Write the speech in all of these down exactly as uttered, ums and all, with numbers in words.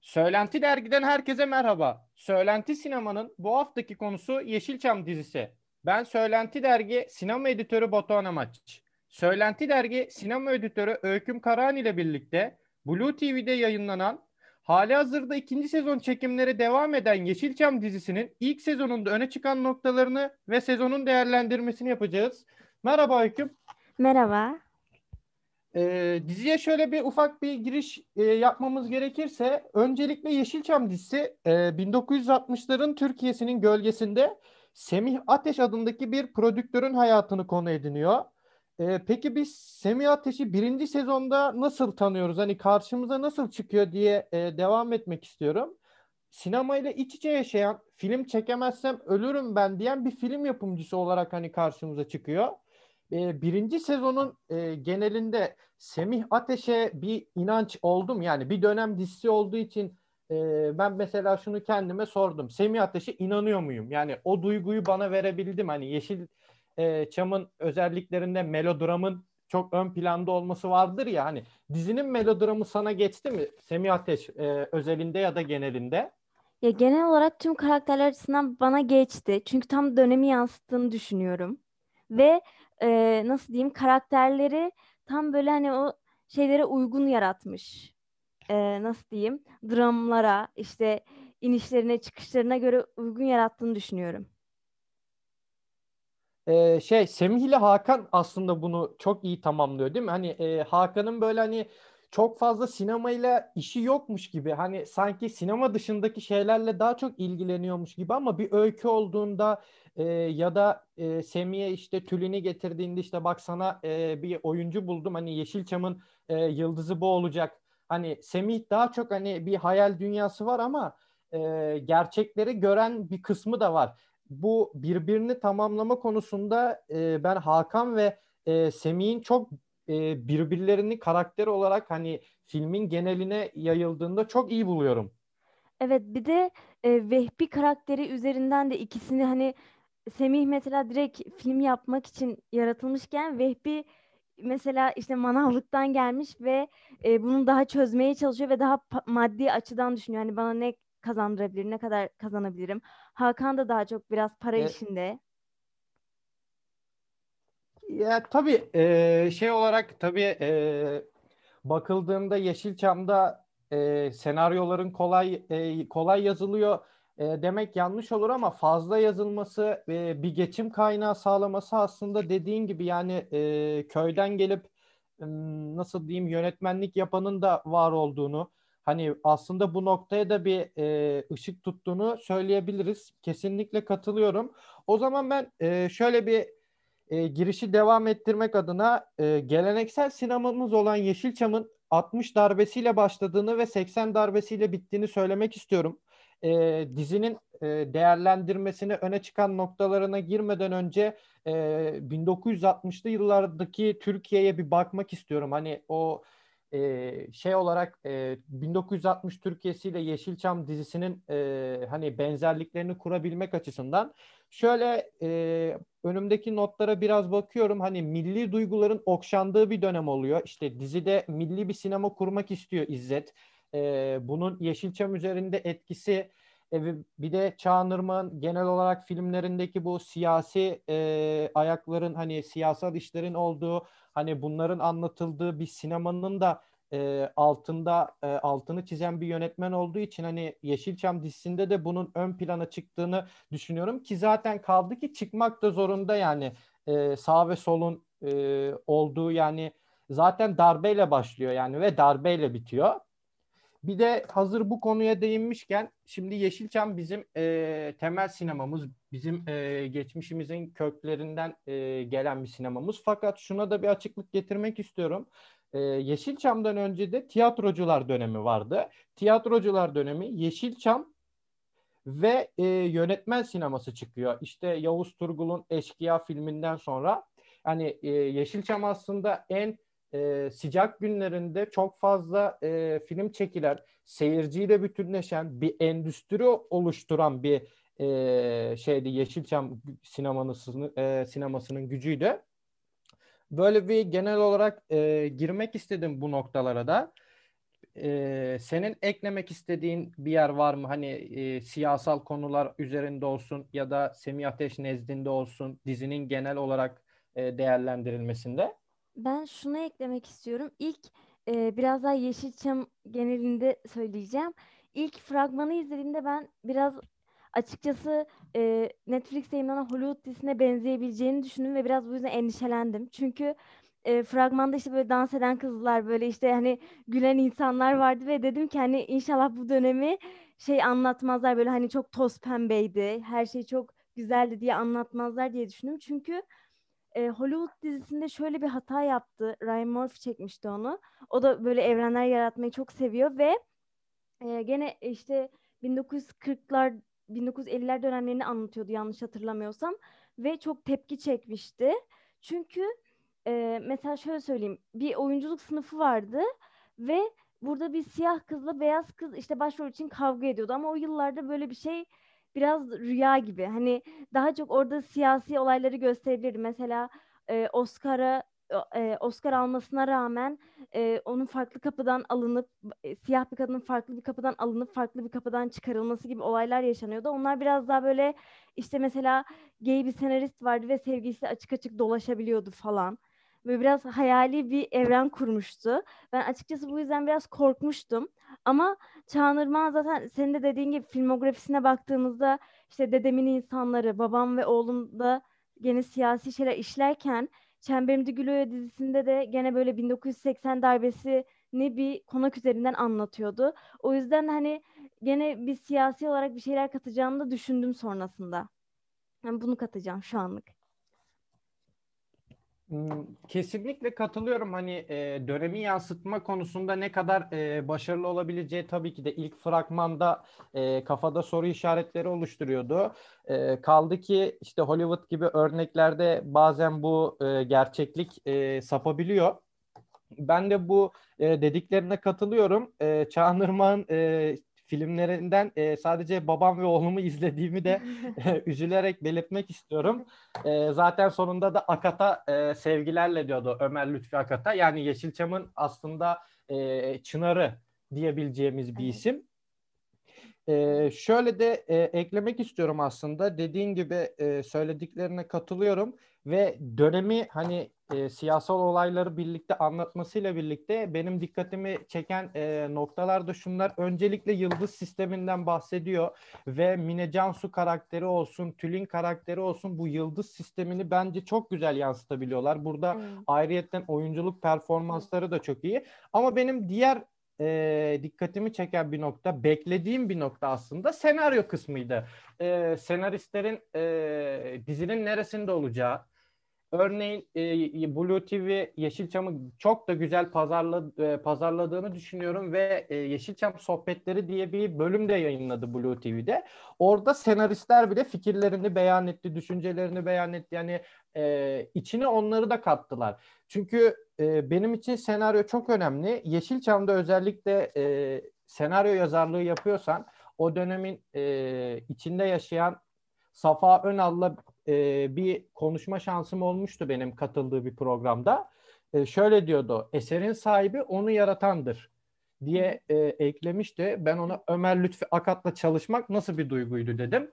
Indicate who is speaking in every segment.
Speaker 1: Söylenti Dergi'den herkese merhaba. Söylenti Sinema'nın bu haftaki konusu Yeşilçam dizisi. Ben Söylenti Dergi sinema editörü Batuhan Amaç. Söylenti Dergi sinema editörü Öyküm Karahan ile birlikte Blue T V'de yayınlanan, halihazırda ikinci sezon çekimleri devam eden Yeşilçam dizisinin ilk sezonunda öne çıkan noktalarını ve sezonun değerlendirmesini yapacağız. Merhaba Öyküm.
Speaker 2: Merhaba.
Speaker 1: Ee, diziye şöyle bir ufak bir giriş e, yapmamız gerekirse, öncelikle Yeşilçam dizisi e, bin dokuz yüz altmışların Türkiye'sinin gölgesinde Semih Ateş adındaki bir prodüktörün hayatını konu ediniyor. E, peki biz Semih Ateş'i birinci sezonda nasıl tanıyoruz? Hani karşımıza nasıl çıkıyor diye e, devam etmek istiyorum. Sinemayla iç içe yaşayan, film çekemezsem ölürüm ben diyen bir film yapımcısı olarak hani karşımıza çıkıyor. E, birinci sezonun e, genelinde Semih Ateş'e bir inanç oldum. Yani bir dönem dizisi olduğu için e, ben mesela şunu kendime sordum. Semih Ateş'e inanıyor muyum? Yani o duyguyu bana verebildim. Hani Yeşil e, Çam'ın özelliklerinde melodramın çok ön planda olması vardır ya, hani dizinin melodramı sana geçti mi Semih Ateş e, özelinde ya da genelinde?
Speaker 2: Ya genel olarak tüm karakterler açısından bana geçti. Çünkü tam dönemi yansıttığını düşünüyorum. Ve e, nasıl diyeyim karakterleri tam böyle hani o şeylere uygun yaratmış. E, nasıl diyeyim dramlara işte inişlerine çıkışlarına göre uygun yarattığını düşünüyorum.
Speaker 1: Ee, şey Semih ile Hakan aslında bunu çok iyi tamamlıyor değil mi? Hani e, Hakan'ın böyle hani çok fazla sinemayla işi yokmuş gibi, hani sanki sinema dışındaki şeylerle daha çok ilgileniyormuş gibi, ama bir öykü olduğunda e, ya da e, Semih'e işte Tülin'i getirdiğinde, işte bak sana e, bir oyuncu buldum, hani Yeşilçam'ın e, yıldızı bu olacak. Hani Semih daha çok hani bir hayal dünyası var, ama e, gerçekleri gören bir kısmı da var. Bu birbirini tamamlama konusunda e, ben Hakan ve e, Semih'in çok e, birbirlerini karakter olarak hani filmin geneline yayıldığında çok iyi buluyorum.
Speaker 2: Evet, bir de e, Vehbi karakteri üzerinden de ikisini hani Semih mesela direkt film yapmak için yaratılmışken Vehbi mesela işte manavlıktan gelmiş ve e, bunu daha çözmeye çalışıyor ve daha pa- maddi açıdan düşünüyor. Hani bana ne kazandırabilir, ne kadar kazanabilirim. Hakan da daha çok biraz para
Speaker 1: E,
Speaker 2: işinde.
Speaker 1: Ya tabii e, şey olarak tabii e, bakıldığında Yeşilçam'da e, senaryoların kolay e, kolay yazılıyor e, demek yanlış olur, ama fazla yazılması ve bir geçim kaynağı sağlaması aslında dediğin gibi, yani e, köyden gelip m, nasıl diyeyim yönetmenlik yapanın da var olduğunu, hani aslında bu noktaya da bir e, ışık tuttuğunu söyleyebiliriz. Kesinlikle katılıyorum. O zaman ben e, şöyle bir e, girişi devam ettirmek adına e, geleneksel sinemamız olan Yeşilçam'ın altmış darbesiyle başladığını ve seksen darbesiyle bittiğini söylemek istiyorum. E, dizinin e, değerlendirmesine öne çıkan noktalarına girmeden önce e, bin dokuz yüz altmışlı yıllardaki Türkiye'ye bir bakmak istiyorum. Hani o e, şey olarak e, bin dokuz yüz altmış Türkiye'si ile Yeşilçam dizisinin e, hani benzerliklerini kurabilmek açısından şöyle e, önümdeki notlara biraz bakıyorum. Hani milli duyguların okşandığı bir dönem oluyor. İşte dizide milli bir sinema kurmak istiyor İzzet. Ee, bunun Yeşilçam üzerinde etkisi, e, bir de Çağan Irmak'ın genel olarak filmlerindeki bu siyasi e, ayakların, hani siyasal işlerin olduğu, hani bunların anlatıldığı bir sinemanın da e, altında e, altını çizen bir yönetmen olduğu için, hani Yeşilçam dizisinde de bunun ön plana çıktığını düşünüyorum ki zaten kaldı ki çıkmak da zorunda, yani e, sağ ve solun e, olduğu, yani zaten darbeyle başlıyor yani ve darbeyle bitiyor. Bir de hazır bu konuya değinmişken, şimdi Yeşilçam bizim e, temel sinemamız, bizim e, geçmişimizin köklerinden e, gelen bir sinemamız. Fakat şuna da bir açıklık getirmek istiyorum. E, Yeşilçam'dan önce de tiyatrocular dönemi vardı. Tiyatrocular dönemi Yeşilçam ve e, yönetmen sineması çıkıyor. İşte Yavuz Turgul'un Eşkıya filminden sonra, hani e, Yeşilçam aslında en e, sıcak günlerinde çok fazla e, film çekilen, seyirciyle bütünleşen bir endüstri oluşturan bir e, şeydi Yeşilçam sinemasının e, sinemasının gücüydü. Böyle bir genel olarak e, girmek istedim bu noktalara da. Ee, senin eklemek istediğin bir yer var mı? Hani e, siyasal konular üzerinde olsun ya da Semih Ateş nezdinde olsun dizinin genel olarak e, değerlendirilmesinde.
Speaker 2: Ben şunu eklemek istiyorum. İlk e, biraz daha Yeşilçam genelinde söyleyeceğim. İlk fragmanı izlediğimde ben biraz açıkçası e, Netflix'te yayınlanan Hollywood dizisine benzeyebileceğini düşündüm ve biraz bu yüzden endişelendim. Çünkü e, fragmanda işte böyle dans eden kızlar, böyle işte hani gülen insanlar vardı ve dedim ki hani inşallah bu dönemi şey anlatmazlar, böyle hani çok toz pembeydi, her şey çok güzeldi diye anlatmazlar diye düşündüm. Çünkü e, Hollywood dizisinde şöyle bir hata yaptı. Ryan Murphy çekmişti onu. O da böyle evrenler yaratmayı çok seviyor ve e, gene işte bin dokuz yüz kırklar bin dokuz yüz elliler dönemlerini anlatıyordu yanlış hatırlamıyorsam ve çok tepki çekmişti. Çünkü e, mesela şöyle söyleyeyim, bir oyunculuk sınıfı vardı ve burada bir siyah kızla beyaz kız işte başrol için kavga ediyordu ama o yıllarda böyle bir şey biraz rüya gibi. Hani daha çok orada siyasi olayları gösterebilirdi. Mesela e, Oscar'a e, Oscar almasına rağmen e, onun farklı kapıdan alınıp e, siyah bir kadının farklı bir kapıdan alınıp farklı bir kapıdan çıkarılması gibi olaylar yaşanıyordu. Onlar biraz daha böyle işte mesela gay bir senarist vardı ve sevgilisi açık açık dolaşabiliyordu falan. Ve biraz hayali bir evren kurmuştu. Ben açıkçası bu yüzden biraz korkmuştum. Ama Çağan Irmak'ın zaten senin de dediğin gibi filmografisine baktığımızda işte Dedemin İnsanları, Babam ve Oğlum da gene siyasi şeyler işlerken Çemberimde Gül Oya dizisinde de gene böyle bin dokuz yüz seksen darbesini bir konak üzerinden anlatıyordu. O yüzden hani gene bir siyasi olarak bir şeyler katacağını da düşündüm sonrasında. Yani bunu katacağım şu anlık.
Speaker 1: Hmm, kesinlikle katılıyorum. Hani e, dönemi yansıtma konusunda ne kadar e, başarılı olabileceği tabii ki de ilk fragmanda e, kafada soru işaretleri oluşturuyordu. E, kaldı ki işte Hollywood gibi örneklerde bazen bu e, gerçeklik e, sapabiliyor. Ben de bu e, dediklerine katılıyorum. E, Çağan Irmak'ın e, filmlerinden e, sadece Babam ve Oğlum'u izlediğimi de e, üzülerek belirtmek istiyorum. E, zaten sonunda da Akat'a e, sevgilerle diyordu Ömer Lütfi Akat'a. Yani Yeşilçam'ın aslında e, çınarı diyebileceğimiz bir
Speaker 2: Evet.
Speaker 1: isim. Ee, şöyle de e, eklemek istiyorum aslında. Dediğin gibi e, söylediklerine katılıyorum ve dönemi hani e, siyasal olayları birlikte anlatmasıyla birlikte benim dikkatimi çeken e, noktalar da şunlar. Öncelikle yıldız sisteminden bahsediyor ve Mine Cansu karakteri olsun, Tülin karakteri olsun bu yıldız sistemini bence çok güzel yansıtabiliyorlar. Burada
Speaker 2: Evet.
Speaker 1: ayrıyetten oyunculuk performansları da çok iyi. Ama benim diğer e, dikkatimi çeken bir nokta, beklediğim bir nokta aslında senaryo kısmıydı. E, senaristlerin e, dizinin neresinde olacağı. Örneğin e, Blue T V Yeşilçam'ı çok da güzel pazarla, e, pazarladığını düşünüyorum ve e, Yeşilçam Sohbetleri diye bir bölüm de yayınladı Blue T V'de. Orada senaristler bile fikirlerini beyan etti, düşüncelerini beyan etti. Yani e, içine onları da kattılar. Çünkü e, benim için senaryo çok önemli. Yeşilçam'da özellikle e, senaryo yazarlığı yapıyorsan o dönemin e, içinde yaşayan Safa Önal'la e, bir konuşma şansım olmuştu benim katıldığı bir programda. E, şöyle diyordu, eserin sahibi onu yaratandır
Speaker 2: Evet.
Speaker 1: diye e, eklemişti. Ben ona Ömer Lütfi Akat'la çalışmak nasıl bir duyguydu dedim.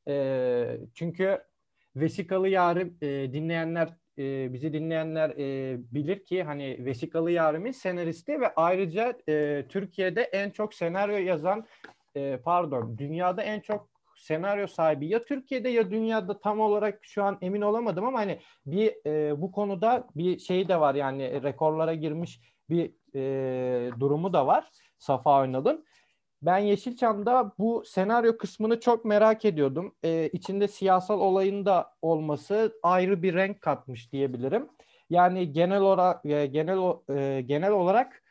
Speaker 1: E, çünkü Vesikalı Yarı e, dinleyenler e, bizi dinleyenler e, bilir ki hani Vesikalı Yarım'ın senaristi ve ayrıca e, Türkiye'de en çok senaryo yazan e, pardon dünyada en çok senaryo sahibi ya Türkiye'de ya dünyada tam olarak şu an emin olamadım ama hani bir e, bu konuda bir şey de var yani rekorlara girmiş bir e, durumu da var Safa Önal'ın. Ben Yeşilçam'da bu senaryo kısmını çok merak ediyordum. Ee, içinde siyasal olayın da olması ayrı bir renk katmış diyebilirim. Yani genel olarak e, genel e, genel olarak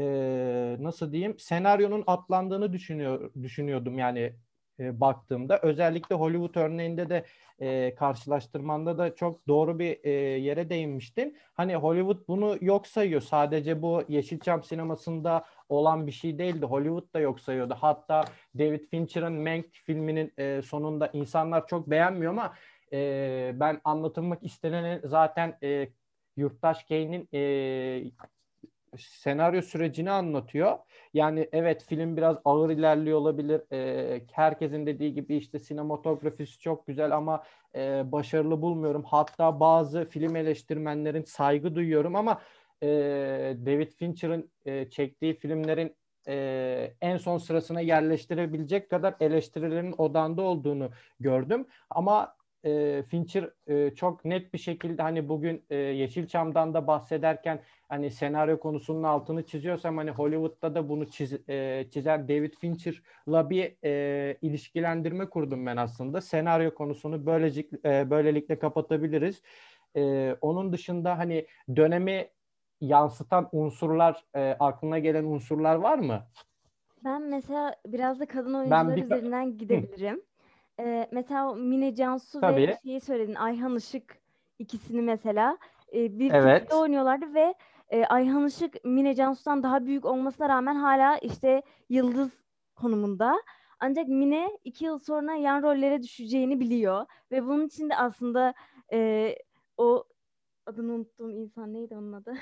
Speaker 1: e, nasıl diyeyim senaryonun atlandığını düşünüyor düşünüyordum yani e, baktığımda. Özellikle Hollywood örneğinde de e, karşılaştırmanda da çok doğru bir e, yere değinmiştin. Hani Hollywood bunu yok sayıyor. Sadece bu Yeşilçam sinemasında olan bir şey değildi. Hollywood da yok sayıyordu. Hatta David Fincher'ın Mank filminin e, sonunda insanlar çok beğenmiyor ama e, ben anlatılmak isteneni zaten e, Yurttaş Kane'in e, senaryo sürecini anlatıyor. Yani evet, film biraz ağır ilerliyor olabilir. Ee, herkesin dediği gibi işte sinematografisi çok güzel ama e, başarılı bulmuyorum. Hatta bazı film eleştirmenlerin saygı duyuyorum ama e, David Fincher'ın e, çektiği filmlerin e, en son sırasına yerleştirebilecek kadar eleştirilerin odağında olduğunu gördüm. Ama e, Fincher e, çok net bir şekilde, hani bugün e, Yeşilçam'dan da bahsederken, hani senaryo konusunun altını çiziyorsam, hani Hollywood'da da bunu çiz, e, çizen David Fincher'la bir e, ilişkilendirme kurdum ben aslında. Senaryo konusunu böylece, e, böylelikle kapatabiliriz. E, onun dışında hani dönemi yansıtan unsurlar, e, aklına gelen unsurlar var mı?
Speaker 2: Ben mesela biraz da kadın
Speaker 1: Ben
Speaker 2: oyuncular
Speaker 1: bir
Speaker 2: üzerinden
Speaker 1: Hı,
Speaker 2: gidebilirim. Ee, mesela o Mine Cansu ve
Speaker 1: tabii.
Speaker 2: şeyi söyledin, Ayhan Işık, ikisini mesela e, bir filmde
Speaker 1: Evet.
Speaker 2: oynuyorlardı ve e, Ayhan Işık Mine Cansu'dan daha büyük olmasına rağmen hala işte yıldız konumunda. Ancak Mine iki yıl sonra yan rollere düşeceğini biliyor ve bunun için de aslında e, o adını unuttuğum insan neydi onun adı?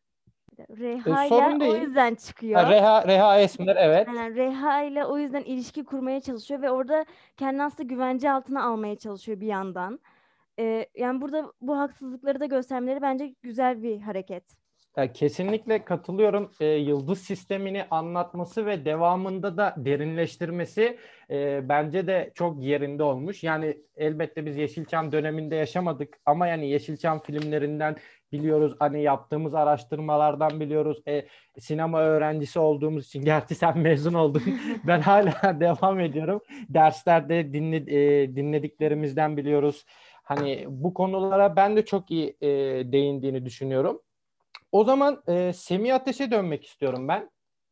Speaker 1: E,
Speaker 2: Reha ile
Speaker 1: sorun
Speaker 2: o
Speaker 1: değil.
Speaker 2: yüzden
Speaker 1: Ha,
Speaker 2: çıkıyor.
Speaker 1: Reha, Reha Esmer, evet.
Speaker 2: Aynen Reha ile o yüzden ilişki kurmaya çalışıyor ve orada kendini aslında güvence altına almaya çalışıyor bir yandan. Ee, yani burada bu haksızlıkları da göstermeleri bence güzel bir hareket.
Speaker 1: Ya, kesinlikle katılıyorum. E, yıldız sistemini anlatması ve devamında da derinleştirmesi e, bence de çok yerinde olmuş. Yani elbette biz Yeşilçam döneminde yaşamadık ama yani Yeşilçam filmlerinden biliyoruz. Hani yaptığımız araştırmalardan biliyoruz. E, sinema öğrencisi olduğumuz için, gerçi sen mezun oldun. Ben hala devam ediyorum. Derslerde dinle, e, dinlediklerimizden biliyoruz. Hani bu konulara ben de çok iyi e, değindiğini düşünüyorum. O zaman e, Semih Ateş'e dönmek istiyorum ben.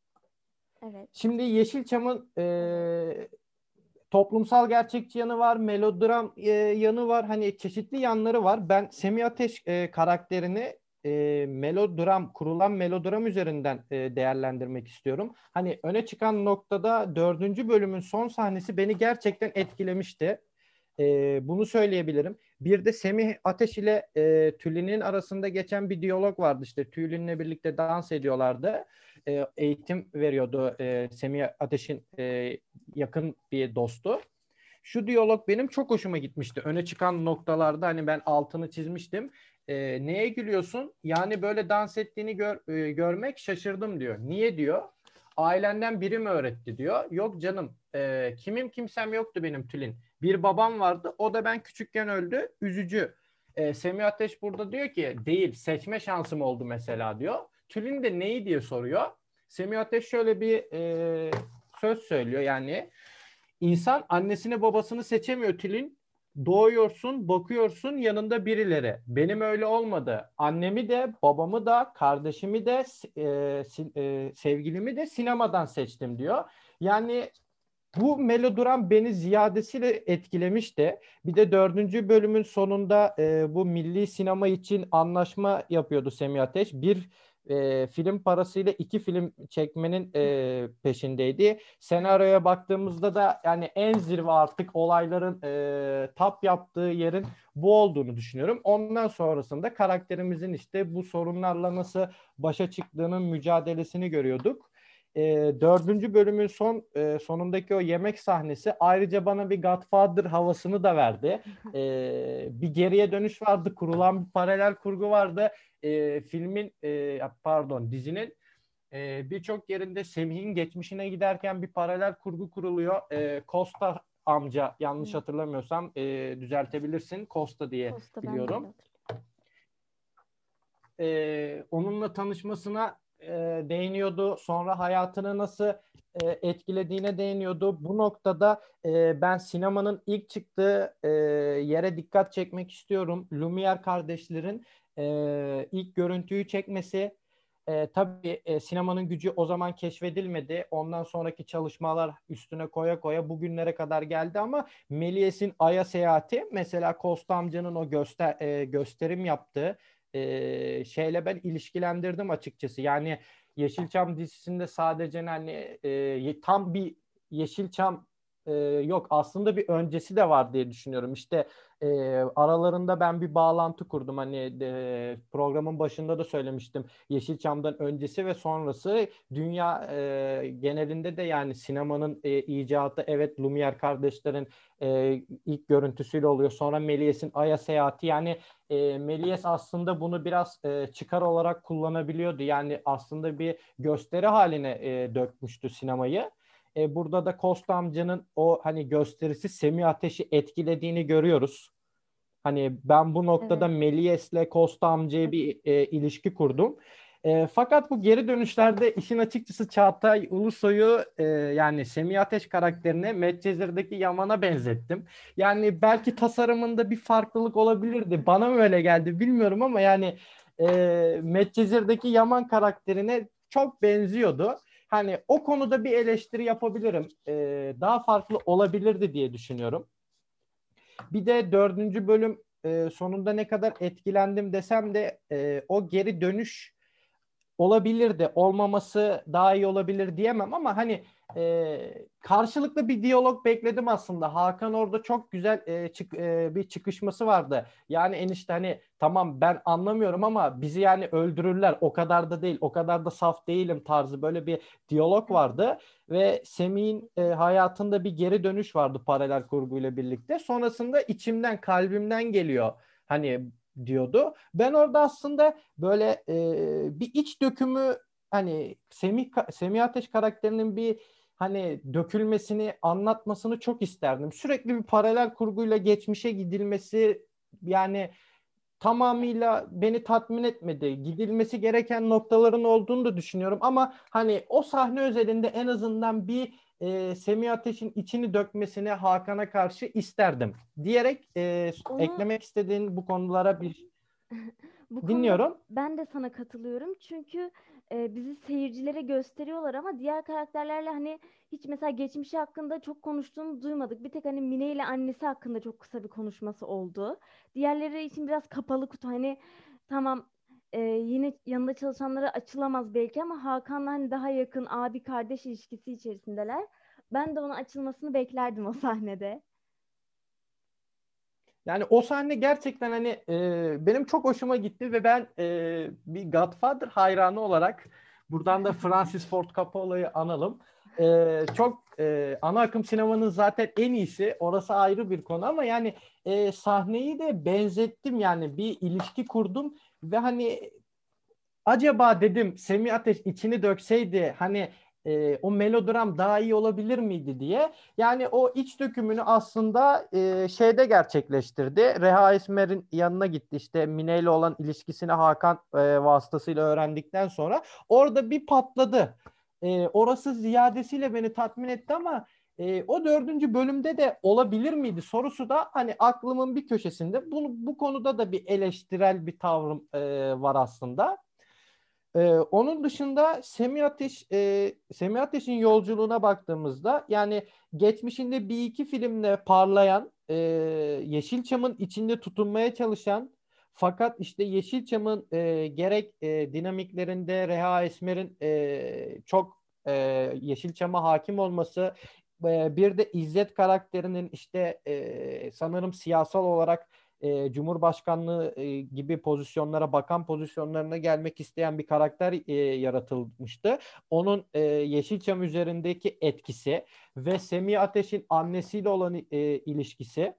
Speaker 2: Evet.
Speaker 1: Şimdi Yeşilçam'ın e, toplumsal gerçekçi yanı var, melodram e, yanı var. Hani çeşitli yanları var. Ben Semih Ateş e, karakterini e, melodram, kurulan melodram üzerinden e, değerlendirmek istiyorum. Hani öne çıkan noktada dördüncü bölümün son sahnesi beni gerçekten etkilemişti. E, bunu söyleyebilirim. Bir de Semih Ateş ile e, Tülin'in arasında geçen bir diyalog vardı. İşte Tülin'le birlikte dans ediyorlardı. E, eğitim veriyordu e, Semih Ateş'in e, yakın bir dostu. Şu diyalog benim çok hoşuma gitmişti. Öne çıkan noktalarda hani ben altını çizmiştim. E, neye gülüyorsun? Yani böyle dans ettiğini gör, e, görmek şaşırdım diyor. Niye diyor? Ailenden biri mi öğretti diyor. Yok canım. E, kimim kimsem yoktu benim Tülin. Bir babam vardı. O da ben küçükken öldü. Üzücü. E, Semih Ateş burada diyor ki değil, seçme şansım oldu mesela diyor. Tülin de neyi diye soruyor. Semih Ateş şöyle bir e, söz söylüyor yani. İnsan annesini babasını seçemiyor Tülin. Doğuyorsun, bakıyorsun yanında birileri. Benim öyle olmadı. Annemi de, babamı da, kardeşimi de, e, e, sevgilimi de sinemadan seçtim diyor. Yani bu melodram beni ziyadesiyle etkilemişti. Bir de dördüncü bölümün sonunda e, bu milli sinema için anlaşma yapıyordu Semih Ateş. Bir e, film parasıyla iki film çekmenin e, peşindeydi. Senaryoya baktığımızda da yani en zirve artık olayların e, tap yaptığı yerin bu olduğunu düşünüyorum. Ondan sonrasında karakterimizin işte bu sorunlarla nasıl başa çıktığının mücadelesini görüyorduk. E, dördüncü bölümün son e, sonundaki o yemek sahnesi ayrıca bana bir Godfather havasını da verdi. E, bir geriye dönüş vardı, kurulan bir paralel kurgu vardı. E, filmin e, pardon dizinin e, birçok yerinde Semih'in geçmişine giderken bir paralel kurgu kuruluyor. E, Costa amca, yanlış
Speaker 2: Evet.
Speaker 1: hatırlamıyorsam e, düzeltebilirsin. Costa diye
Speaker 2: Posta ben de öyle
Speaker 1: biliyorum.
Speaker 2: hatırlıyorum.
Speaker 1: E, onunla tanışmasına e, değiniyordu. Sonra hayatını nasıl e, etkilediğine değiniyordu. Bu noktada e, ben sinemanın ilk çıktığı e, yere dikkat çekmek istiyorum. Lumière kardeşlerin e, ilk görüntüyü çekmesi. E, tabii e, sinemanın gücü o zaman keşfedilmedi. Ondan sonraki çalışmalar üstüne koya koya bugünlere kadar geldi ama Méliès'in Ay'a seyahati, mesela Costa amcanın o göster e, gösterim yaptığı e, şeyle ben ilişkilendirdim açıkçası. Yani Yeşilçam dizisinde sadece hani e, tam bir Yeşilçam e, yok. Aslında bir öncesi de var diye düşünüyorum. İşte e, aralarında ben bir bağlantı kurdum. Hani e, programın başında da söylemiştim. Yeşilçam'dan öncesi ve sonrası dünya e, genelinde de yani sinemanın e, icatı, evet, Lumière kardeşlerin e, ilk görüntüsüyle oluyor. Sonra Méliès'in Ay'a seyahati, yani e, Méliès aslında bunu biraz e, çıkar olarak kullanabiliyordu. Yani aslında bir gösteri haline e, dökmüştü sinemayı. E, burada da Kosta amcanın o hani gösterisi Semih Ateş'i etkilediğini görüyoruz. Hani ben bu noktada
Speaker 2: Evet.
Speaker 1: Méliès'le Kosta amcaya bir e, ilişki kurdum. E, fakat bu geri dönüşlerde işin açıkçası Çağatay Ulusoy'u e, yani Semih Ateş karakterine Medcezir'deki Yaman'a benzettim. Yani belki tasarımında bir farklılık olabilirdi. Bana mı öyle geldi bilmiyorum ama yani e, Medcezir'deki Yaman karakterine çok benziyordu. Hani o konuda bir eleştiri yapabilirim. E, daha farklı olabilirdi diye düşünüyorum. Bir de dördüncü bölüm e, sonunda ne kadar etkilendim desem de e, o geri dönüş olabilirdi. Olmaması daha iyi olabilir diyemem ama hani e, karşılıklı bir diyalog bekledim aslında. Hakan orada çok güzel e, çık, e, bir çıkışması vardı. Yani enişte hani tamam ben anlamıyorum ama bizi yani öldürürler. O kadar da değil. O kadar da saf değilim tarzı böyle bir diyalog
Speaker 2: Evet.
Speaker 1: vardı. Ve Semih'in e, hayatında bir geri dönüş vardı paralel kurguyla birlikte. Sonrasında içimden, kalbimden geliyor. Hani diyordu. Ben orada aslında böyle e, bir iç dökümü, hani Semih Semih Ateş karakterinin bir hani dökülmesini, anlatmasını çok isterdim. Sürekli bir paralel kurguyla geçmişe gidilmesi yani tamamıyla beni tatmin etmedi. Gidilmesi gereken noktaların olduğunu da düşünüyorum ama hani o sahne özelinde en azından bir e, Semih Ateş'in içini dökmesini Hakan'a karşı isterdim diyerek e,
Speaker 2: Onu
Speaker 1: eklemek istediğin bu konulara bir
Speaker 2: Bu konuda
Speaker 1: dinliyorum.
Speaker 2: ben de sana katılıyorum. Çünkü e, bizi seyircilere gösteriyorlar ama diğer karakterlerle hani hiç mesela geçmişi hakkında çok konuştuğunu duymadık. Bir tek hani Mine ile annesi hakkında çok kısa bir konuşması oldu. Diğerleri için biraz kapalı kutu. Hani tamam, e, yine yanında çalışanlara açılamaz belki ama Hakan'la hani daha yakın abi kardeş ilişkisi içerisindeler. Ben de onun açılmasını beklerdim o sahnede.
Speaker 1: Yani o sahne gerçekten hani e, benim çok hoşuma gitti ve ben e, bir Godfather hayranı olarak buradan da Francis Ford Coppola'yı analım. E, çok e, ana akım sinemanın zaten en iyisi. Orası ayrı bir konu ama yani e, sahneyi de benzettim, yani bir ilişki kurdum ve hani acaba dedim Semih Ateş içini dökseydi hani e, o melodram daha iyi olabilir miydi diye. Yani o iç dökümünü aslında e, şeyde gerçekleştirdi. Reha Esmer'in yanına gitti. İşte Mine ile olan ilişkisini Hakan e, vasıtasıyla öğrendikten sonra orada bir patladı. E, orası ziyadesiyle beni tatmin etti ama e, o dördüncü bölümde de olabilir miydi sorusu da hani aklımın bir köşesinde. Bu, bu konuda da bir eleştirel bir tavrım e, var aslında. Ee, onun dışında Semih Ateş, e, Semih Ateş'in yolculuğuna baktığımızda yani geçmişinde bir iki filmle parlayan, e, Yeşilçam'ın içinde tutunmaya çalışan fakat işte Yeşilçam'ın e, gerek e, dinamiklerinde Reha Esmer'in e, çok e, Yeşilçam'a hakim olması, e, bir de İzzet karakterinin işte e, sanırım siyasal olarak e, Cumhurbaşkanlığı e, gibi pozisyonlara, bakan pozisyonlarına gelmek isteyen bir karakter e, yaratılmıştı. Onun e, Yeşilçam üzerindeki etkisi ve Semih Ateş'in annesiyle olan e, ilişkisi,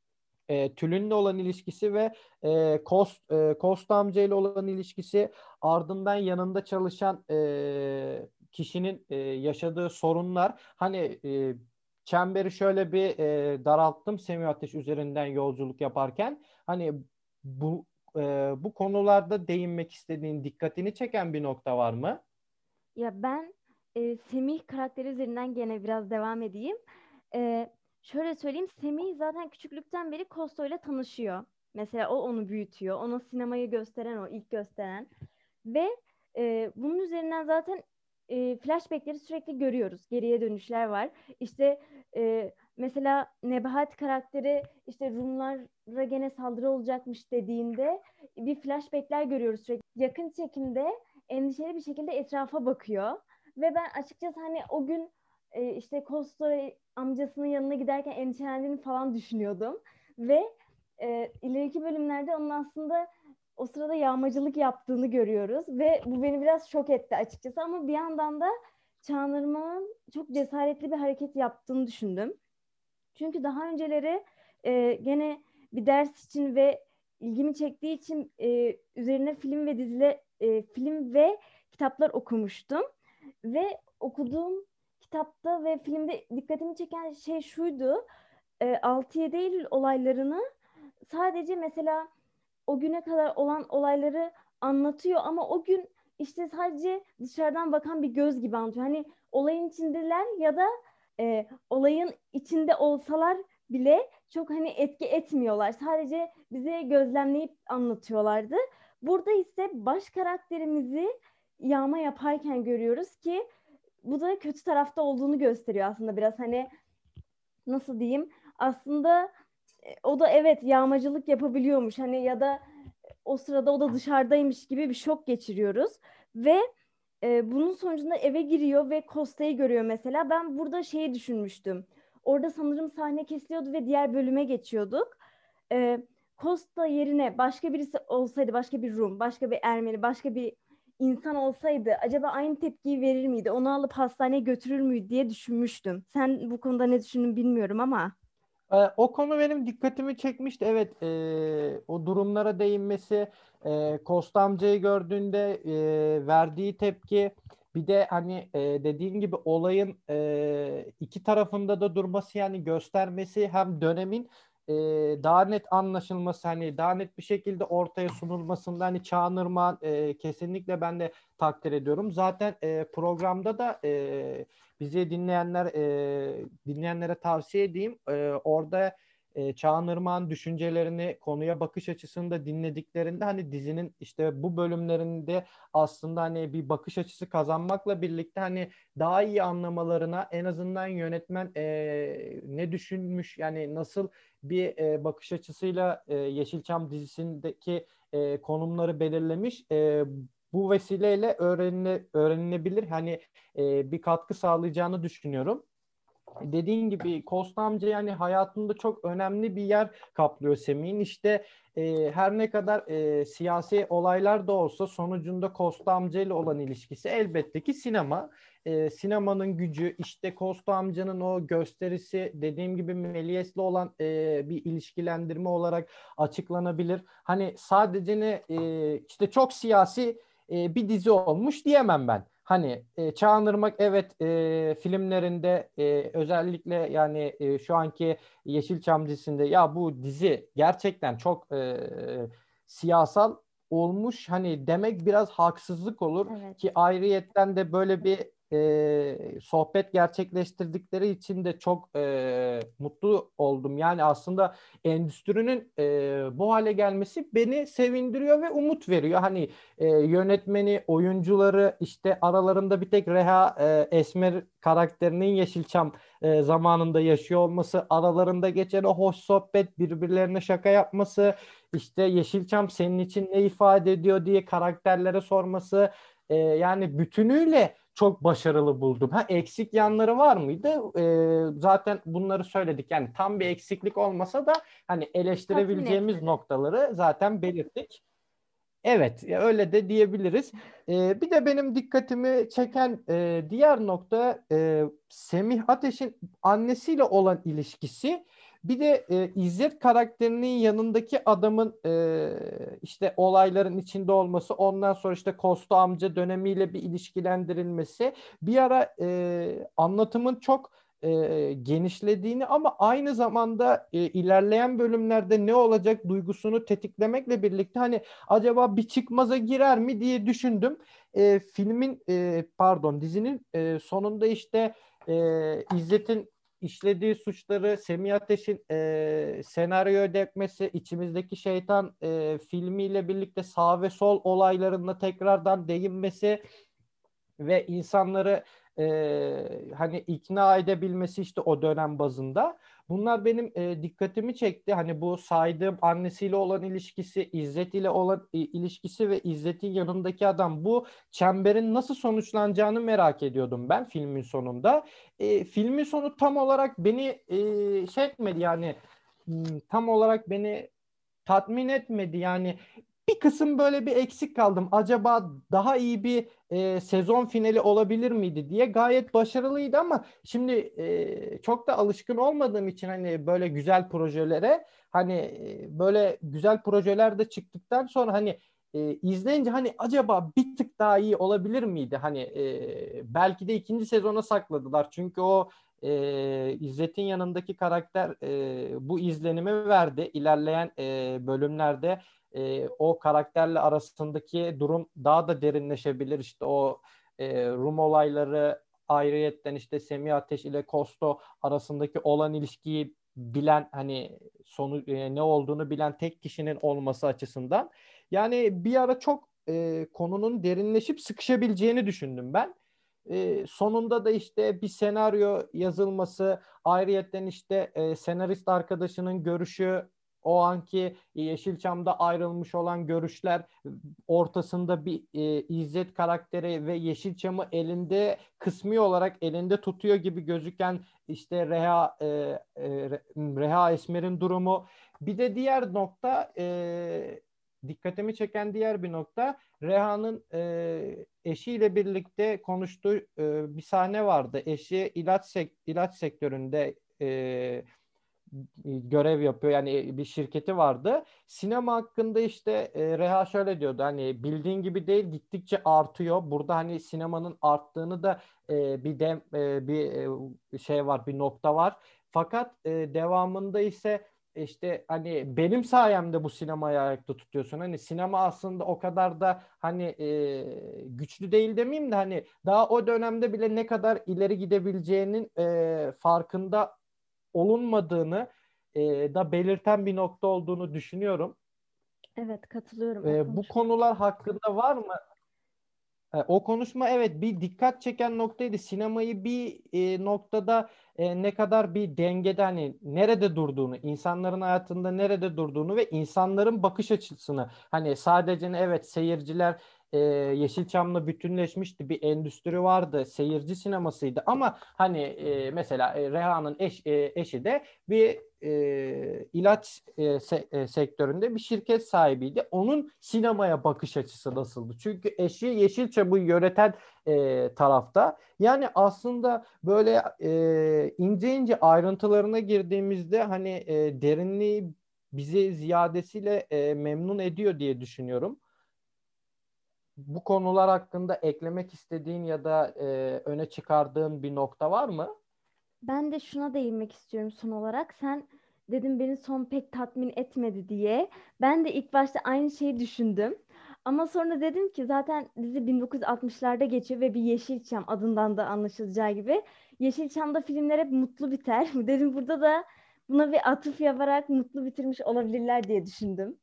Speaker 1: e, Tülin'le olan ilişkisi ve e, Kost, e, Kost amca ile olan ilişkisi, ardından yanında çalışan e, kişinin e, yaşadığı sorunlar. Hani e, çemberi şöyle bir e, daralttım Semih Ateş üzerinden yolculuk yaparken. Hani bu e, bu konularda değinmek istediğin, dikkatini çeken bir nokta var mı?
Speaker 2: Ya ben e, Semih karakteri üzerinden gene biraz devam edeyim. E, Şöyle söyleyeyim, Semih zaten küçüklükten beri Kosto ile tanışıyor. Mesela o onu büyütüyor. Ona sinemayı gösteren o, ilk gösteren. Ve e, bunun üzerinden zaten e, flashbackleri sürekli görüyoruz. Geriye dönüşler var. İşte e, mesela Nebahat karakteri işte Rumlara gene saldırı olacakmış dediğinde bir flashbackler görüyoruz sürekli. Yakın çekimde endişeli bir şekilde etrafa bakıyor. Ve ben açıkçası hani o gün e, işte Kosto amcasının yanına giderken endişelendiğini falan düşünüyordum. Ve e, ileriki bölümlerde onun aslında o sırada yağmacılık yaptığını görüyoruz. Ve bu beni biraz şok etti açıkçası. Ama bir yandan da Çağınırman'ın çok cesaretli bir hareket yaptığını düşündüm. Çünkü daha önceleri e, gene bir ders için ve ilgimi çektiği için e, üzerine film ve dizile e, film ve kitaplar okumuştum. Ve okuduğum kitapta ve filmde dikkatimi çeken şey şuydu. E, altı yedi Eylül olaylarını sadece mesela o güne kadar olan olayları anlatıyor ama o gün işte sadece dışarıdan bakan bir göz gibi anlatıyor. Hani olayın içindeler ya da e, olayın içinde olsalar bile çok hani etki etmiyorlar. Sadece bize gözlemleyip anlatıyorlardı. Burada ise baş karakterimizi yağma yaparken görüyoruz ki bu da kötü tarafta olduğunu gösteriyor aslında biraz hani nasıl diyeyim aslında e, o da evet yağmacılık yapabiliyormuş hani ya da o sırada o da dışarıdaymış gibi bir şok geçiriyoruz ve e, bunun sonucunda eve giriyor ve Kosta'yı görüyor mesela. Ben burada şeyi düşünmüştüm. Orada sanırım sahne kesiliyordu ve diğer bölüme geçiyorduk. E, Costa yerine başka birisi olsaydı, başka bir Rum, başka bir Ermeni, başka bir insan olsaydı acaba aynı tepkiyi verir miydi? Onu alıp hastaneye götürür müydü diye düşünmüştüm. Sen bu konuda ne düşündün bilmiyorum ama.
Speaker 1: Ee, o konu benim dikkatimi çekmişti. Evet, e, o durumlara değinmesi, e, Kosta amcayı gördüğünde e, verdiği tepki, bir de hani e, dediğin gibi olayın e, iki tarafında da durması, yani göstermesi, hem dönemin e, daha net anlaşılması, hani daha net bir şekilde ortaya sunulmasında hani Çağınırman e, kesinlikle ben de takdir ediyorum. Zaten e, programda da e, bizi dinleyenler e, dinleyenlere tavsiye edeyim. E, orada e, Çağan Irmak'ın düşüncelerini, konuya bakış açısını da dinlediklerinde hani dizinin işte bu bölümlerinde aslında hani bir bakış açısı kazanmakla birlikte hani daha iyi anlamalarına, en azından yönetmen e, ne düşünmüş, yani nasıl bir e, bakış açısıyla e, Yeşilçam dizisindeki e, konumları belirlemiş. E, bu vesileyle öğrenile, öğrenilebilir. Hani e, bir katkı sağlayacağını düşünüyorum. Dediğin gibi Kosta amca yani hayatında çok önemli bir yer kaplıyor Semih'in. İşte e, her ne kadar e, siyasi olaylar da olsa sonucunda Kosta amca ile olan ilişkisi elbette ki sinema. E, sinemanın gücü, işte Kosta amcanın o gösterisi, dediğim gibi Méliès'le olan e, bir ilişkilendirme olarak açıklanabilir. Hani sadece ne e, işte çok siyasi e, bir dizi olmuş diyemem ben. Hani e, Çağan Irmak evet e, filmlerinde e, özellikle yani e, şu anki Yeşilçam dizisinde ya bu dizi gerçekten çok e, siyasal olmuş hani demek biraz haksızlık olur
Speaker 2: Evet.
Speaker 1: ki ayrıyetten de böyle bir e, sohbet gerçekleştirdikleri için de çok e, mutlu oldum. Yani aslında endüstrinin e, bu hale gelmesi beni sevindiriyor ve umut veriyor. Hani e, yönetmeni, oyuncuları, işte aralarında bir tek Reha e, Esmer karakterinin Yeşilçam e, zamanında yaşıyor olması, aralarında geçen o hoş sohbet, birbirlerine şaka yapması, işte Yeşilçam senin için ne ifade ediyor diye karakterlere sorması, e, yani bütünüyle çok başarılı buldum. Ha, eksik yanları var mıydı? E, zaten bunları söyledik. Yani tam bir eksiklik olmasa da hani
Speaker 2: Tatmin
Speaker 1: eleştirebileceğimiz
Speaker 2: etmedi.
Speaker 1: noktaları zaten belirttik. Evet, ya öyle de diyebiliriz. Ee, bir de benim dikkatimi çeken e, diğer nokta e, Semih Ateş'in annesiyle olan ilişkisi. Bir de e, İzzet karakterinin yanındaki adamın e, işte olayların içinde olması, ondan sonra işte Kosta amca dönemiyle bir ilişkilendirilmesi. Bir ara e, anlatımın çok e, genişlediğini ama aynı zamanda e, ilerleyen bölümlerde ne olacak duygusunu tetiklemekle birlikte hani acaba bir çıkmaza girer mi diye düşündüm. E, filmin e, pardon dizinin e, sonunda işte e, İzzet'in işlediği suçları, Semih Ateş'in e, senaryoya dökmesi, içimizdeki şeytan e, filmiyle birlikte sağ ve sol olaylarına tekrardan değinmesi ve insanları e, hani ikna edebilmesi işte o dönem bazında. Bunlar benim e, dikkatimi çekti. Hani bu saydığım annesiyle olan ilişkisi, İzzet ile olan e, ilişkisi ve İzzet'in yanındaki adam, bu çemberin nasıl sonuçlanacağını merak ediyordum ben filmin sonunda. E, filmin sonu tam olarak beni e, şey etmedi yani, hmm, tam olarak beni tatmin etmedi. Yani bir kısım böyle bir eksik kaldım. Acaba daha iyi bir e, sezon finali olabilir miydi diye. Gayet başarılıydı ama şimdi e, çok da alışkın olmadığım için hani böyle güzel projelere, hani e, böyle güzel projeler de çıktıktan sonra hani e, izleyince hani acaba bir tık daha iyi olabilir miydi? Hani e, belki de ikinci sezona sakladılar. Çünkü o e, İzzet'in yanındaki karakter e, bu izlenimi verdi. İlerleyen e, bölümlerde e, o karakterle arasındaki durum daha da derinleşebilir. İşte o e, Rum olayları, ayrıyetten işte Semih Ateş ile Kosto arasındaki olan ilişkiyi bilen, hani sonu e, ne olduğunu bilen tek kişinin olması açısından. Yani bir ara çok e, konunun derinleşip sıkışabileceğini düşündüm ben. E, sonunda da işte bir senaryo yazılması, ayrıyetten işte e, senarist arkadaşının görüşü, o anki Yeşilçam'da ayrılmış olan görüşler, ortasında bir e, İzzet karakteri ve Yeşilçam'ı elinde, kısmi olarak elinde tutuyor gibi gözüken işte Reha e, e, Reha Esmer'in durumu. Bir de diğer nokta, e, dikkatimi çeken diğer bir nokta, Reha'nın e, eşiyle birlikte konuştuğu e, bir sahne vardı. Eşi ilaç sek ilaç sektöründe e, görev yapıyor. Yani bir şirketi vardı. Sinema hakkında işte e, Reha şöyle diyordu. Hani bildiğin gibi değil, gittikçe artıyor. Burada hani sinemanın arttığını da e, bir dem e, bir e, şey var, bir nokta var. Fakat e, devamında ise işte hani benim sayemde bu sinemayı ayakta tutuyorsun. Hani sinema aslında o kadar da hani e, güçlü değil demeyeyim de, hani daha o dönemde bile ne kadar ileri gidebileceğinin e, farkında olunmadığını e, da belirten bir nokta olduğunu düşünüyorum.
Speaker 2: Evet, katılıyorum o
Speaker 1: E, bu
Speaker 2: konuşmaya.
Speaker 1: konular hakkında var mı? E, o konuşma evet bir dikkat çeken noktaydı. Sinemayı bir e, noktada e, ne kadar bir dengede, hani nerede durduğunu, insanların hayatında nerede durduğunu ve insanların bakış açısını, hani sadece evet seyirciler e, Yeşilçam'la bütünleşmişti, bir endüstri vardı, seyirci sinemasıydı ama hani e, mesela e, Reha'nın eş, e, eşi de bir e, ilaç e, se- e, sektöründe bir şirket sahibiydi. Onun sinemaya bakış açısı nasıldı? Çünkü eşi Yeşilçam'ı yöneten e, tarafta. Yani aslında böyle e, ince ince ayrıntılarına girdiğimizde hani e, derinliği bizi ziyadesiyle e, memnun ediyor diye düşünüyorum. Bu konular hakkında eklemek istediğin ya da e, öne çıkardığın bir nokta var mı?
Speaker 2: Ben de şuna değinmek istiyorum son olarak. Sen dedim beni son pek tatmin etmedi diye. Ben de ilk başta aynı şeyi düşündüm. Ama sonra dedim ki zaten dizi bin dokuz yüz altmışlarda geçiyor ve bir Yeşilçam, adından da anlaşılacağı gibi. Yeşilçam'da filmler hep mutlu biter. Dedim burada da buna bir atıf yaparak mutlu bitirmiş olabilirler diye düşündüm.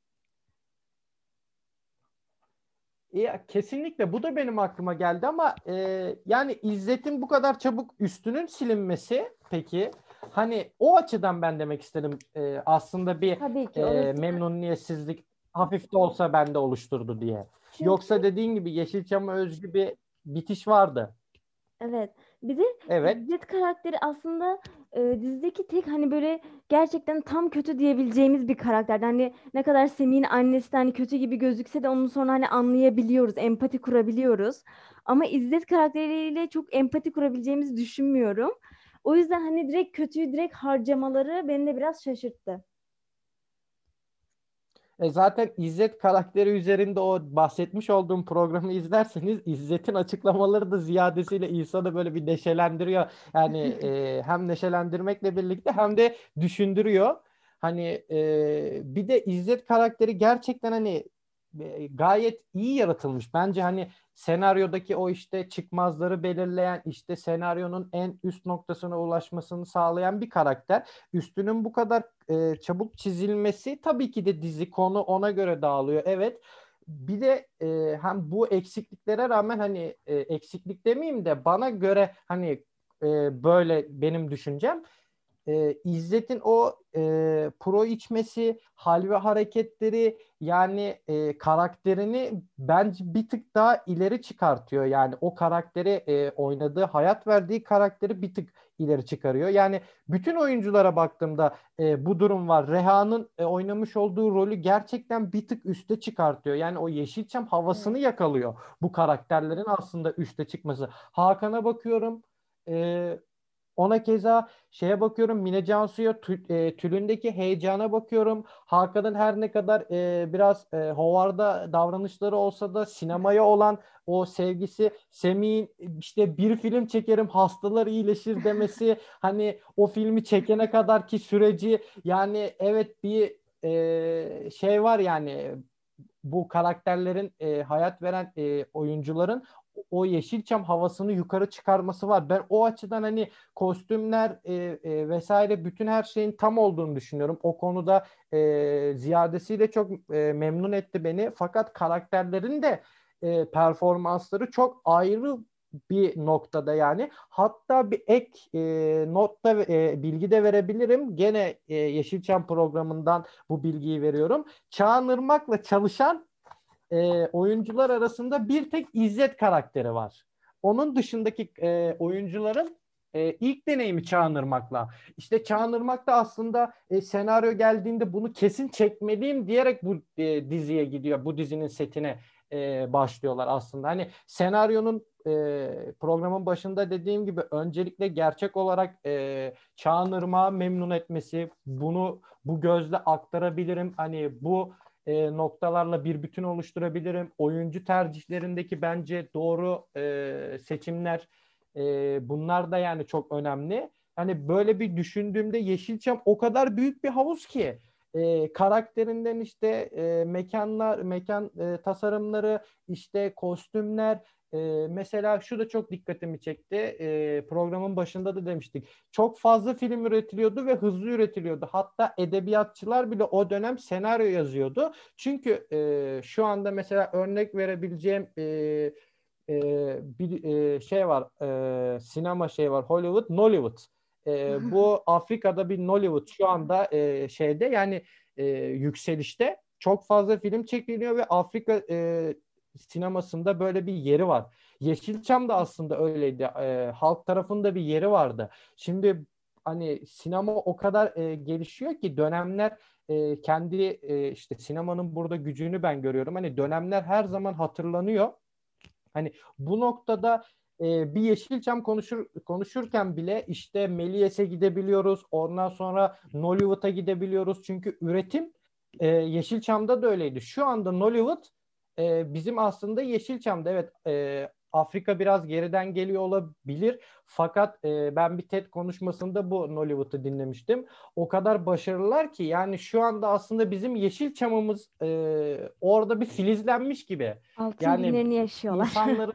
Speaker 1: Ya, kesinlikle bu da benim aklıma geldi ama e, yani İzzet'in bu kadar çabuk üstünün silinmesi, peki hani o açıdan ben demek istedim, e, aslında bir
Speaker 2: Tabii ki
Speaker 1: e,
Speaker 2: orası.
Speaker 1: memnuniyetsizlik hafif de olsa bende oluşturdu diye.
Speaker 2: Çünkü
Speaker 1: Yoksa dediğin gibi Yeşilçam'a özgü bir bitiş vardı.
Speaker 2: evet. Bir de
Speaker 1: Evet.
Speaker 2: İzzet karakteri aslında e, dizideki tek hani böyle gerçekten tam kötü diyebileceğimiz bir karakter. Hani ne kadar Semih'in annesi de hani kötü gibi gözükse de onun sonra hani anlayabiliyoruz, empati kurabiliyoruz. Ama İzzet karakteriyle çok empati kurabileceğimizi düşünmüyorum. O yüzden hani direkt kötüyü direkt harcamaları beni de biraz şaşırttı.
Speaker 1: E zaten İzzet karakteri üzerinde o bahsetmiş olduğum programı izlerseniz İzzet'in açıklamaları da ziyadesiyle insanı böyle bir neşelendiriyor. Yani e, hem neşelendirmekle birlikte hem de düşündürüyor. Hani e, bir de İzzet karakteri gerçekten hani e, gayet iyi yaratılmış. Bence hani senaryodaki o işte çıkmazları belirleyen, işte senaryonun en üst noktasına ulaşmasını sağlayan bir karakter. Üstünün bu kadar e, çabuk çizilmesi, tabii ki de dizi konu ona göre dağılıyor. Evet. bir de e, hem bu eksikliklere rağmen hani e, eksiklik demeyeyim de bana göre hani e, böyle benim düşüncem e, İzzet'in o e, pro içmesi, hal ve hareketleri yani e, karakterini bence bir tık daha ileri çıkartıyor. Yani o karakteri e, oynadığı, hayat verdiği karakteri bir tık ileri çıkarıyor. Yani bütün oyunculara baktığımda e, bu durum var. Reha'nın e, oynamış olduğu rolü gerçekten bir tık üste çıkartıyor. Yani o Yeşilçam havasını
Speaker 2: Evet.
Speaker 1: yakalıyor bu karakterlerin aslında üste çıkması. Hakan'a bakıyorum. E, Ona keza şeye bakıyorum, Mine Cansu'ya tü- e, Tülün'deki heyecana bakıyorum. Hakan'ın her ne kadar e, biraz e, hovarda davranışları olsa da sinemaya olan o sevgisi, Semih'in işte bir film çekerim hastalar iyileşir demesi, hani o filmi çekene kadar ki süreci, yani evet bir e, şey var yani bu karakterlerin e, hayat veren e, oyuncuların o Yeşilçam havasını yukarı çıkarması var. Ben o açıdan hani kostümler e, e, vesaire bütün her şeyin tam olduğunu düşünüyorum. O konuda e, ziyadesiyle çok e, memnun etti beni. Fakat karakterlerin de e, performansları çok ayrı bir noktada yani. Hatta bir ek e, not da e, bilgi de verebilirim. Gene e, Yeşilçam programından bu bilgiyi veriyorum. Çağan Irmak'la çalışan e, oyuncular arasında bir tek İzzet karakteri var. Onun dışındaki e, oyuncuların e, ilk deneyimi Çağan Irmak'la. İşte Çağan Irmak da aslında e, senaryo geldiğinde bunu kesin çekmeliyim diyerek bu e, diziye gidiyor. Bu dizinin setine e, başlıyorlar aslında. Hani senaryonun e, programın başında dediğim gibi öncelikle gerçek olarak e, Çağan Irmak'ı memnun etmesi, bunu bu gözle aktarabilirim. Hani bu e, noktalarla bir bütün oluşturabilirim. Oyuncu tercihlerindeki bence doğru e, seçimler, e, bunlar da yani çok önemli. Hani böyle bir düşündüğümde Yeşilçam o kadar büyük bir havuz ki e, karakterinden işte e, mekanlar, mekan e, tasarımları, işte kostümler. E, mesela şu da çok dikkatimi çekti. E, programın başında da demiştik. Çok fazla film üretiliyordu ve hızlı üretiliyordu. Hatta edebiyatçılar bile o dönem senaryo yazıyordu. Çünkü e, şu anda mesela örnek verebileceğim e, e, bir e, şey var, e, sinema şey var, Hollywood, Nollywood. E, bu Afrika'da bir Nollywood şu anda e, şeyde yani e, yükselişte. Çok fazla film çekiliyor ve Afrika e, sinemasında böyle bir yeri var. Yeşilçam da aslında öyleydi. E, halk tarafında bir yeri vardı. Şimdi hani sinema o kadar e, gelişiyor ki dönemler e, kendi e, işte sinemanın burada gücünü ben görüyorum. Hani dönemler her zaman hatırlanıyor. Hani bu noktada e, bir Yeşilçam konuşur konuşurken bile işte Méliès'e gidebiliyoruz. Ondan sonra Nollywood'a gidebiliyoruz. Çünkü üretim e, Yeşilçam'da da öyleydi. Şu anda Nollywood e, bizim aslında Yeşilçam'da evet e, Afrika biraz geriden geliyor olabilir. Fakat e, ben bir TED konuşmasında bu Nollywood'u dinlemiştim. O kadar başarılılar ki yani şu anda aslında bizim Yeşilçam'ımız e, orada bir filizlenmiş gibi.
Speaker 2: Altın
Speaker 1: Yani
Speaker 2: günlerini yaşıyorlar.
Speaker 1: insanların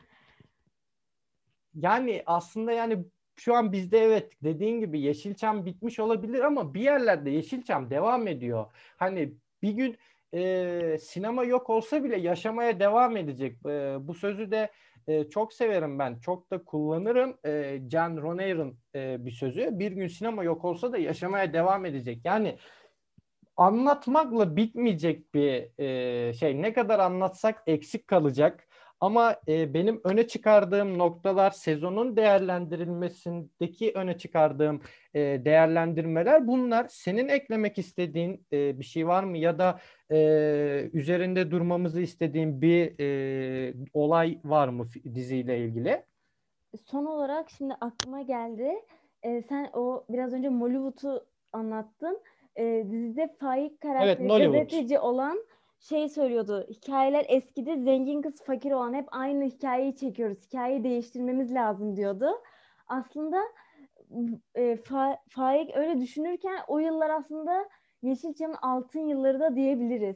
Speaker 1: yani aslında yani şu an bizde evet dediğin gibi Yeşilçam bitmiş olabilir ama bir yerlerde Yeşilçam devam ediyor. Hani bir gün e, sinema yok olsa bile yaşamaya devam edecek. E, bu sözü de e, çok severim ben. Çok da kullanırım. E, John Ronayer'ın e, bir sözü. Bir gün sinema yok olsa da yaşamaya devam edecek. Yani anlatmakla bitmeyecek bir e, şey. Ne kadar anlatsak eksik kalacak. Ama e, benim öne çıkardığım noktalar sezonun değerlendirilmesindeki öne çıkardığım e, değerlendirmeler bunlar. Senin eklemek istediğin e, bir şey var mı? Ya da e, üzerinde durmamızı istediğin bir e, olay var mı diziyle ilgili?
Speaker 2: Son olarak şimdi aklıma geldi. Ee, sen o biraz önce Mollywood'u anlattın. Ee, dizide Faik
Speaker 1: Evet,
Speaker 2: karakteri
Speaker 1: Nollywood.
Speaker 2: gazeteci olan şey söylüyordu. Hikayeler eskidi, zengin kız fakir olan hep aynı hikayeyi çekiyoruz. Hikayeyi değiştirmemiz lazım diyordu. Aslında e, Fa- Faik öyle düşünürken o yıllar aslında Yeşilçam'ın altın yılları da diyebiliriz.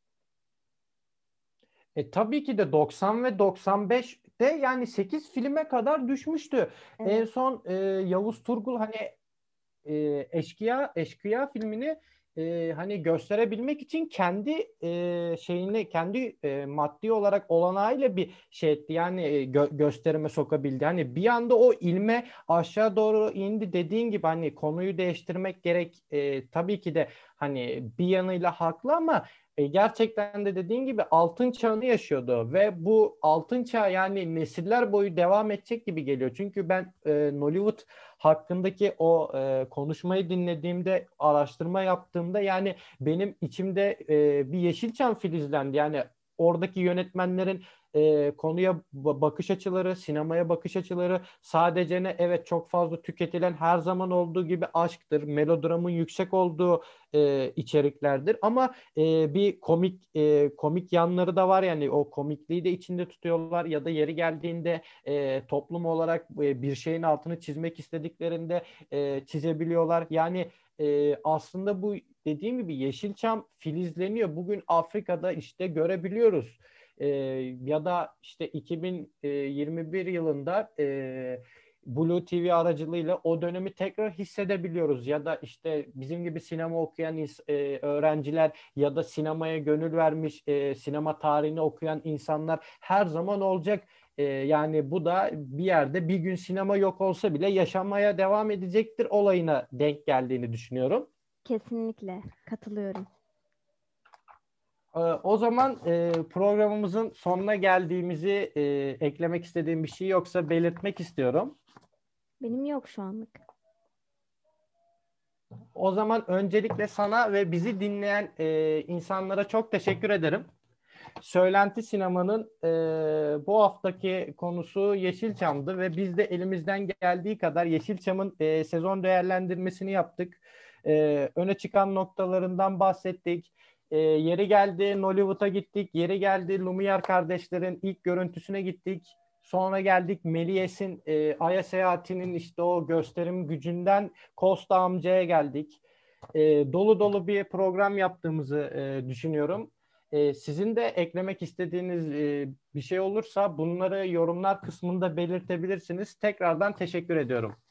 Speaker 1: E, tabii ki de doksan ve doksan beşte yani sekiz filme kadar düşmüştü. En
Speaker 2: Evet.
Speaker 1: son e, Yavuz Turgul hani e, Eşkıya Eşkıya filmini e, hani gösterebilmek için kendi e, şeyini kendi e, maddi olarak olanağıyla bir şey etti. Yani e, gö- gösterime sokabildi. Hani bir anda o ilme aşağı doğru indi, dediğin gibi hani konuyu değiştirmek gerek. E, tabii ki de hani bir yanıyla haklı ama e, gerçekten de dediğin gibi altın çağını yaşıyordu ve bu altın çağ yani nesiller boyu devam edecek gibi geliyor. Çünkü ben e, Nollywood hakkındaki o e, konuşmayı dinlediğimde, araştırma yaptığımda yani benim içimde e, bir Yeşilçam filizlendi. Yani oradaki yönetmenlerin e, konuya bakış açıları, sinemaya bakış açıları sadece ne, evet, çok fazla tüketilen, her zaman olduğu gibi aşktır, melodramın yüksek olduğu e, içeriklerdir ama e, bir komik e, komik yanları da var, yani o komikliği de içinde tutuyorlar ya da yeri geldiğinde e, toplum olarak e, bir şeyin altını çizmek istediklerinde e, çizebiliyorlar. Yani e, aslında bu dediğim gibi Yeşilçam filizleniyor. Bugün Afrika'da işte görebiliyoruz. E, Ya da işte iki bin yirmi bir yılında e, Blue T V aracılığıyla o dönemi tekrar hissedebiliyoruz. Ya da işte bizim gibi sinema okuyan e, öğrenciler ya da sinemaya gönül vermiş, e, sinema tarihini okuyan insanlar her zaman olacak. E, yani bu da bir yerde bir gün sinema yok olsa bile yaşamaya devam edecektir olayına denk geldiğini düşünüyorum.
Speaker 2: Kesinlikle katılıyorum.
Speaker 1: E, o zaman e, programımızın sonuna geldiğimizi e, eklemek istediğim bir şey yoksa belirtmek istiyorum.
Speaker 2: Benim yok şu anlık.
Speaker 1: O zaman öncelikle sana ve bizi dinleyen e, insanlara çok teşekkür ederim. Söylenti Sinema'nın e, bu haftaki konusu Yeşilçam'dı ve biz de elimizden geldiği kadar Yeşilçam'ın e, sezon değerlendirmesini yaptık. E, öne çıkan noktalarından bahsettik. E, yeri geldi Nollywood'a gittik. Yeri geldi Lumière kardeşlerin ilk görüntüsüne gittik. Sonra geldik Méliès'in e, Ay'a seyahatinin işte o gösterim gücünden Costa amcaya geldik. E, dolu dolu bir program yaptığımızı e, düşünüyorum. E, sizin de eklemek istediğiniz e, bir şey olursa bunları yorumlar kısmında belirtebilirsiniz. Tekrardan teşekkür ediyorum.